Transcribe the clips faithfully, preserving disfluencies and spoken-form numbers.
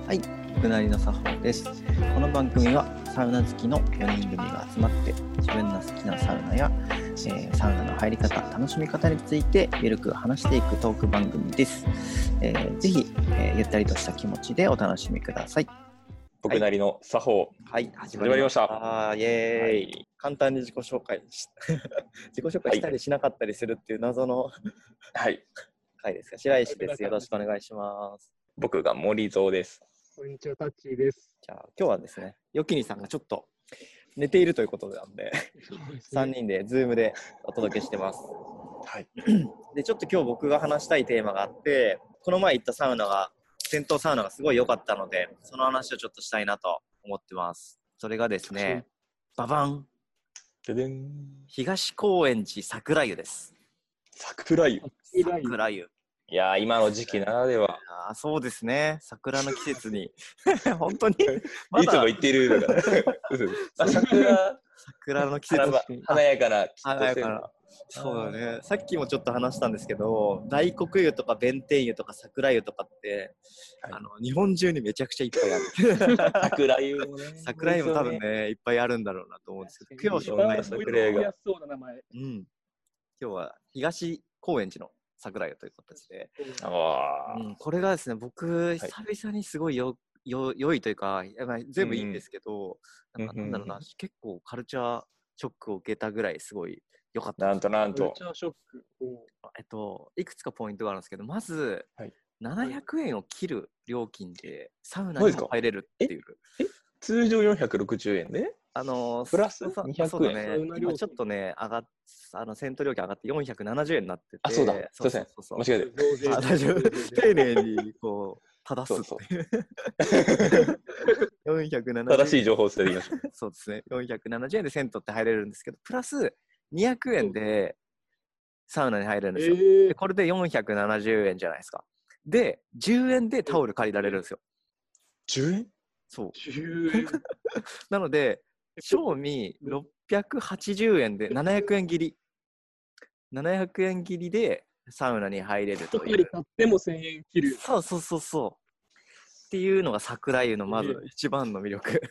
はい、僕なりの作法です。この番組はサウナ好きのよにん組が集まって自分の好きなサウナや、えー、サウナの入り方、楽しみ方についてゆるく話していくトーク番組です。えー、ぜひ、えー、ゆったりとした気持ちでお楽しみください。 僕なりの作法、 はい、 始まりました。 あーイエーイ、はい、簡単に自己紹介し自己紹介したりしなかったりするっていう謎のはい回ですが、白石です。よろしくお願いします。 僕が森蔵です。 こんにちは、タッチーです。 じゃあ今日はですね、よきにさんがちょっと寝ているということなんで、さんにんでズームでお届けしてます。 はい。 で、ちょっと今日僕が話したいテーマがあって、この前行ったサウナが、銭湯サウナがすごい良かったので、その話をちょっとしたいなと思ってます。それがですね、ババン。 ででん。 東高円寺桜湯です。 桜湯。 桜湯。 いやー、今の時期ならでは。 あ、そうですね。桜の季節に本当にま、いつも言ってるのがあ、桜桜の季節に華やかな華やかな。そうだね。さっきもちょっと話したんですけど、大黒湯とか弁天湯とか桜湯とかって、はい、あの日本中にめちゃくちゃいっぱいある。 桜湯もね。 桜湯も多分ねいっぱいあるんだろうなと思うんですけど、今日紹介する桜湯が、そうな名前。 うん。今日は東高円寺の桜湯という形で、 あ、 うん、これがですね、僕久々にすごいよ、よ良いというか、全部いいんですけど、うん、なんかなんだろうな、うん、結構カルチャーショックを受けたぐらいすごい良かったです。 なんとなんと。 カルチャーショック。 えっといくつかポイントがあるんですけど、まず、はい、ななひゃくえんを切る料金でサウナにも入れるっていう。 ええ通常よんひゃくろくじゅうえんで、 あのー、 プラスにひゃくえん。 ね、今ちょっとね上がっあの銭湯料金上がってよんひゃくななじゅうえんになってて、 あ、そうだ、そうそうそう、間違えて、 あ、大丈夫、丁寧にこう正すっていうよんひゃくななじゅうえん正しい情報を伝えていきましょう。 そうですね、よんひゃくななじゅうえんで銭湯って入れるんですけど、プラスにひゃくえんでサウナに入れるんですよ、えー、でこれでよんひゃくななじゅうえんじゃないですか。でじゅうえんでタオル借りられるんですよ。 じゅうえん？ そうじゅうえんなので賞味ろっぴゃくはちじゅうえんでななひゃくえん切りななひゃくえん切りでサウナに入れるという。 一人買ってもせんえん切る。 そうそうそうそうっていうのが桜湯のまず一番の魅力。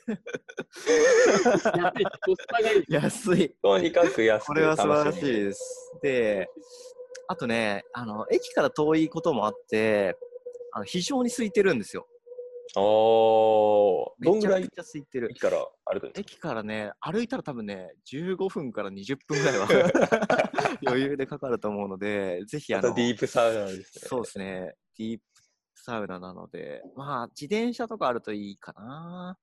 安い、コスパがいい。 安い。 とにかく安い。 これは素晴らしいです。で、あとね、あの駅から遠いこともあって、あの非常に空いてるんですよ。 おー、どんぐらいめちゃくちゃ空いてる。 駅から歩くんですか？ 駅からね、歩いたら多分ね、じゅうごふんからにじゅっぷんぐらいは余裕でかかると思うので、ぜひあの、 またディープサウナですね。 そうですね、ディープサウナなので、まあ、自転車とかあるといいかな。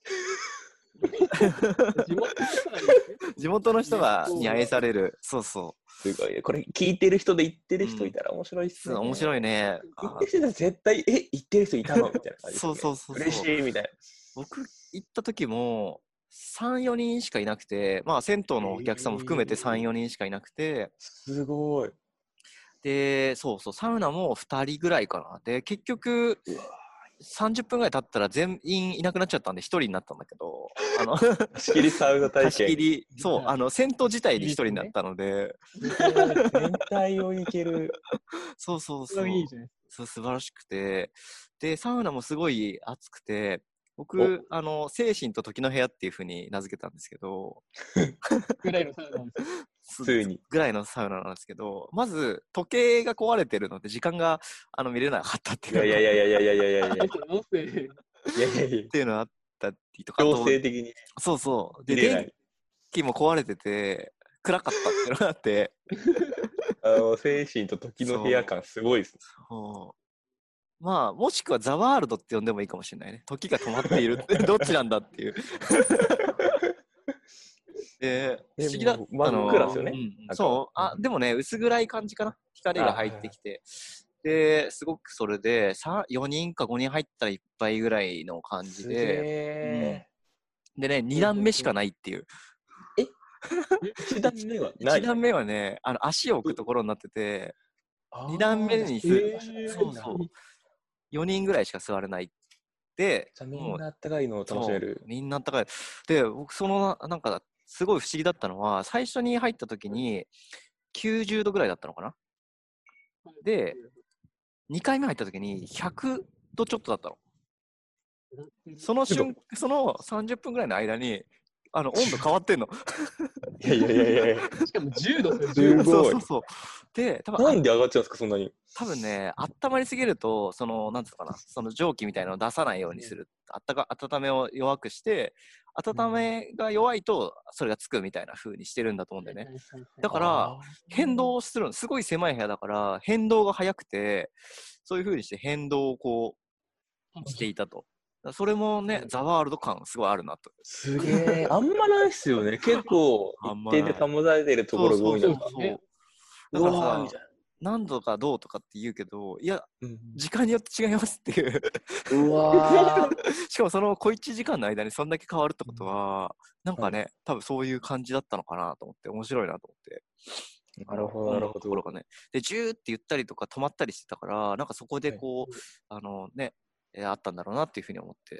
地元の人がに愛される。そうそう。 すごい。これ聞いてる人で行ってる人いたら面白いっすね。 うん、面白いね。 行ってる人絶対、え、行ってる人いたのみたいな感じ、ね。 そうそうそうそう。 嬉しいみたいな。 僕行った時もさん、よにんしかいなくて、まあ銭湯のお客さんも含めてさん、よにんしかいなくて。 すごい。 で、そうそう、サウナもふたりぐらいかな。で、結局、さんじゅっぷんぐらい経ったら全員いなくなっちゃったんでひとりになったんだけど、あの貸し切りサウナ体験。 貸し切り、そう、あの銭湯自体にひとりになったので、 全体をいける。 そうそうそう。いいじゃん。そう素晴らしくて、でサウナもすごい暑くて、僕あの精神と時の部屋っていう風に名付けたんですけど、 ぐらいのサウナなんです。 普通にぐらいのサウナなんですけど、まず時計が壊れてるので時間があの見れなかったっていう。 いやいやいやいやいやいやいやいやいやっていうのあったりとか、 強制的に。 そうそうで電気も壊れてて暗かったっていうのがあって、 あの精神と時の部屋感すごいですね。 そうまあもしくはザワールドって呼んでもいいかもしれないね。時が止まっているってどっちなんだっていう。で不思議だったの真っ暗ですよね。 うん、そうあでもね薄暗い感じかな、光が入ってきて、ですごくそれでよにんかごにん入ったらいっぱいぐらいの感じで、うん、でねにだんめしかないっていう。 えいちだんめはない？ いちだんめはねあの足を置くところになってて、にだんめにする、えー、そうそうよにんぐらいしか座れない。でじゃあみんなあったかいのを楽しめる。 みんなあったかいで、僕そのなんかすごい不思議だったのは、最初に入った時にきゅうじゅうどぐらいだったのかな。でにかいめ入った時にひゃくどちょっとだったの。 その瞬そのさんじゅっぷんぐらいの間にあの温度変わってんの。 いやいやいやいやいや。 しかもじゅうどですよ、 すじゅうど。 ごいそうそうそう。で、多分なんで上がっちゃうんですか、そんなに。 多分ね、温まりすぎると、その、なんつうかな、その蒸気みたいなのを出さないようにする。あったか、温めを弱くして、温めが弱いと、それがつくみたいな風にしてるんだと思うんだよね。だからあ変動するの、すごい狭い部屋だから、変動が早くて、そういう風にして変動をこう、していたと。だからそれもね、ザワールド感すごいあるなと。 すげえ。あんまないっすよね。結構、一あんまない定で保たれてるところが多い中。 そうそうそうそう。だからさうわーみたい、 何度かどうとかって言うけど、いや、 うん時間によって違いますっていう。 うわーしかもその小いちじかんの間にそんだけ変わるってことは、なんかね、多分そういう感じだったのかなと思って、面白いなと思って。 なるほどあのなるほどところがね。で、ジューって言ったりとか止まったりしてたから、なんかそこでこう、あのね、えーあったんだろうなっていうふうに思って。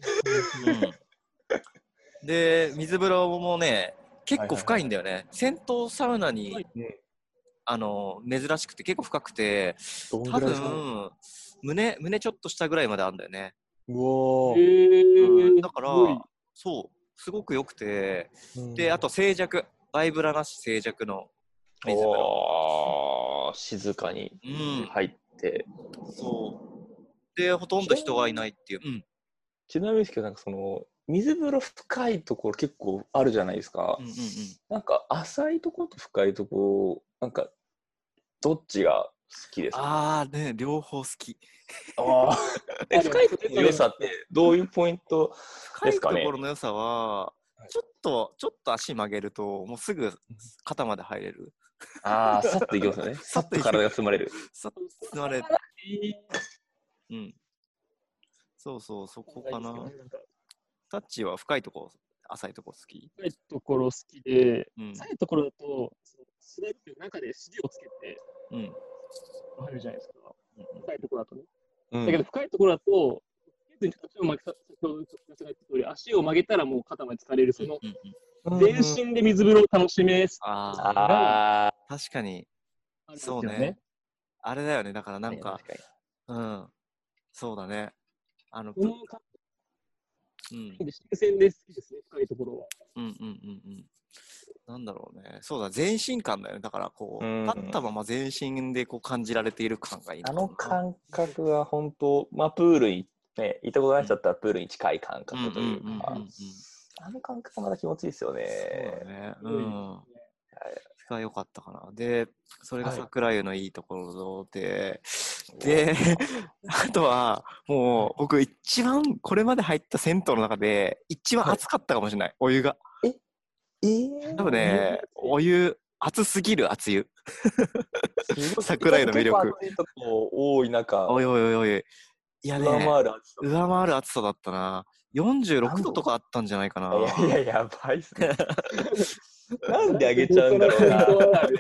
うん、で、水風呂もね、結構深いんだよね。銭湯サウナに、 ねあの珍しくて結構深くて、多どんぐらいですか。 分胸胸ちょっと下ぐらいまであるんだよね。 うわへーうんーだからすごいそうすごく良くて、 うんであと静寂、バイブラなし静寂の水風呂。 おー静かにうん、 入って、 そうでほとんど人がいないっていう。うんちなみにですけど、なんかその水風呂深いところ結構あるじゃないですか。 うんうんうん、 なんか浅いところと深いところ、なんかどっちが好きですか。 ああね、両方好き。 ああえ深いところの良さってどういうポイント深いとですかね。 ころの良さは、ちょっとちょっと足曲げるともうすぐ肩まで入れる。 ああ、さっといきますよね。さっと体が包まれる。 さっと包まれる。うん。そうそう、そこかな。タッチは深いとこ、浅いとこ好き。 深いところ好きで、 うん。 浅いところだと、その滑って中で尻をつけてうん。 入るじゃないですか。 うん深いところだとね。 うんだけど深いところだと、つけずに足を曲げた、先ほど言った通り、足を曲げたらもう肩まで疲れる、そのうんうん、 全身で水風呂を楽しめすあああ、 あ、確かに。 あるんですよそうね。あれだよね。だからなんか、 確かにうん。そうだね。あの、 この感うん。 じで新鮮で好きですね、深いところは。 うんうんうんうん。なんだろうね。そうだ、全身感だよね。だからこう、 うん立ったまま全身でこう感じられている感がいいあのの感覚は本当、まあプールにね、行ったことない人だったらプールに近い感うん覚といううんうんうんか、あの感覚がまた気持ちいいですよね。 そうだね。うすごいん。が良かったかな。で、それが桜湯のいいところで、で、あとは、もう僕一番これまで入った銭湯の中で一番熱かったかもしれない、お湯が。 えー、 多分ね、お湯、熱すぎる熱湯。 すごい桜湯の魅力。 結構暑いとこ多い中、 おいおいおいおい。いやね、 上回る暑さ。 上回る暑さだったな。よんじゅうろくどとかあったんじゃないかな。 いやいや、やばいっすね。なんであげちゃうんだろうな。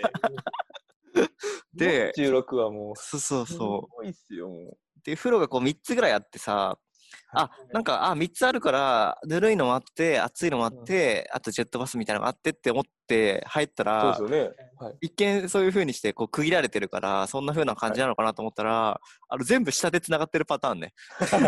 で、 じゅうろくはもう、 そうそうそう。 すごいっすよ、もう。 で、風呂がこうみっつぐらいあってさ、あ、なんか、あ、みっつあるから、ぬるいのもあって、熱いのもあって、あとジェットバスみたいなのがあってって思って入ったら、 そうですよね。はい、 一見そういう風にしてこう区切られてるから、そんな風な感じなのかなと思ったら、はい、あの全部下で繋がってるパターンね。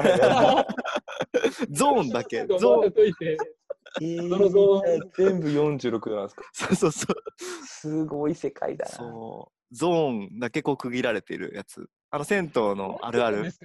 ゾーンだけ。ゾーン。 えー、全部よんじゅうろくどなんですか。 そうそうそう。 すごい世界だな。 そう。ゾーンだけこう区切られてるやつ。あの銭湯のあるある。ね。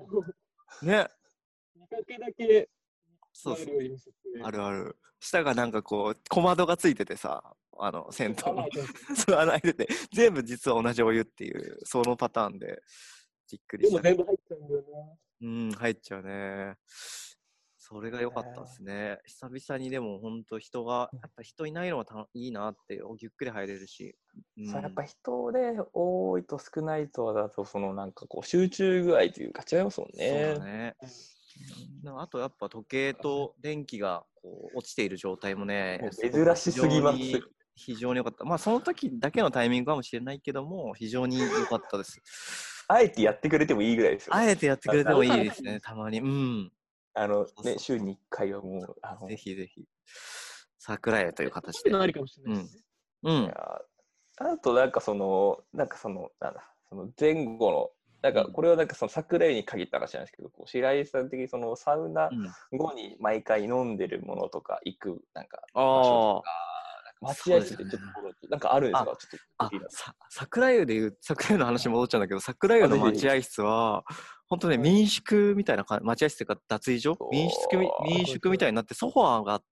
見かけだけ。 そうそう。あるある。下がなんかこう小窓がついててさ、あの銭湯のそう穴開いてて、全部実は同じお湯っていうそのパターンでびっくりした。 でも全部入っちゃうんだよな。うん、入っちゃうね。それが良かったですね。久々にでも本当人がやっぱ人いないのはたいいなってゆっくり入れるし。 うん、そうやっぱ人で多いと少ないとだとそのなんかこう集中具合というか違いますもんね。 そうだね。あとやっぱ時計と電気がこう落ちている状態もね、 珍しすぎます。 非常に良かった。まあその時だけのタイミングかもしれないけども、非常に良かったです。 あえてやってくれてもいいぐらいですよね。 あえてやってくれてもいいですね、たまに。うん。 あのね、週にいっかいはもう、あのぜひぜひ。桜屋という形で。 ありかもしれないですね。 うん。うん、 あとなんかその、なんかその、なんだ、その前後の、 なんかこれはなんかその桜湯に限った話なんですけど、こう白井さん的にそのサウナうん、 後に毎回飲んでるものとか行くなんか場あ所とか、 あ、 待合室でちょっとなんかあるんですか？ あちょっとあ聞いてみますさ桜湯でいう、桜湯の話戻っちゃうんだけど、桜湯の待合室は、本当ね、民宿みたいな感じ、待合室というか脱衣所民宿み、民宿みたいになって、ソファーがあって、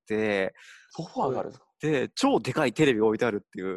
ソファーがあるんですか？ で、超でかいテレビ置いてあるっていう。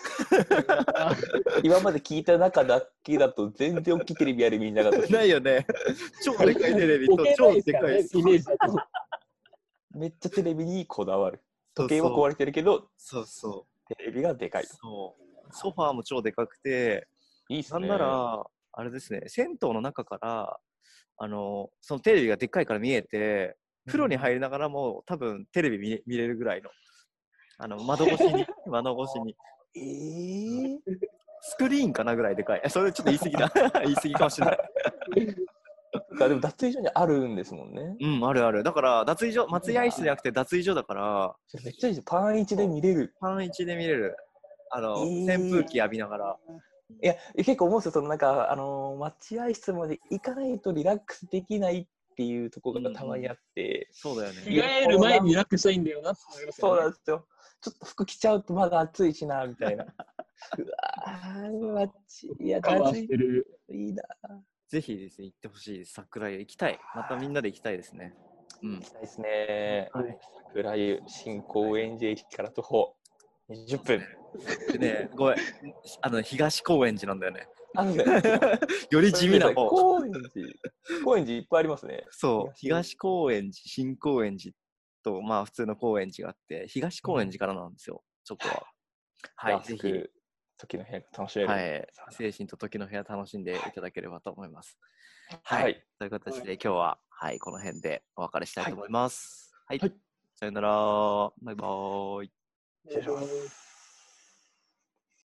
今まで聞いた中だけだと全然大きいテレビあるみんながないよね。超でかいテレビと置けな超いですからね、 でかい。 イメージだと。 めっちゃテレビにこだわる。 そうそう時計は壊れてるけどそうそテレビがでかう。 い。 そう。ソファーも超でかくて、 いいっすね。 なんなら、あれですね、銭湯の中から、あの、そのテレビがでっかいから見えて、風呂に入りながらも多分テレビ 見, 見れるぐらいの、あの窓越しに、窓越しに。 えー、 スクリーンかなぐらいでかい。それちょっと言い過ぎだ。言い過ぎかもしれない。 でも脱衣所にあるんですもんね。 うん、あるある。だから、脱衣所、待合室じゃなくて脱衣所だから、 めっちゃいいです。パンいちで見れる。 パンいちで見れる。あの、 えー扇風機浴びながら。 いや、結構思うんですよ。そのなんか、あのー待合室まで行かないとリラックスできないっていうところがたまにあって。 そうだよね。 着替える前にリラックスしたいんだよなって思いますよね。 そうなんですよ。ちょっと服着ちゃうとまだ暑いしな、みたいな。うわぁ、いや、 カバー暑いしてる。 いいな。 ぜひですね、行ってほしいです。桜湯行きたい。またみんなで行きたいですね。うん行。きたいですね。 はい桜湯新高円寺駅から徒歩にじゅっぷん。 でね、ごめん。あの、東高円寺なんだよね。 あのね、 より地味な方。 高円寺、高円寺いっぱいありますね。 そう、東高円寺、新高円寺と、まあ普通の高円寺があって、東高円寺からなんですよ、そこは。はい、ぜひ、 時の部屋が楽しめる。 はい、精神と時の部屋楽しんでいただければと思います。はい。 はい、 という形で今日は、はい、この辺でお別れしたいと思います。はい。 はい、 さよなら。バイバーイ。 失礼します。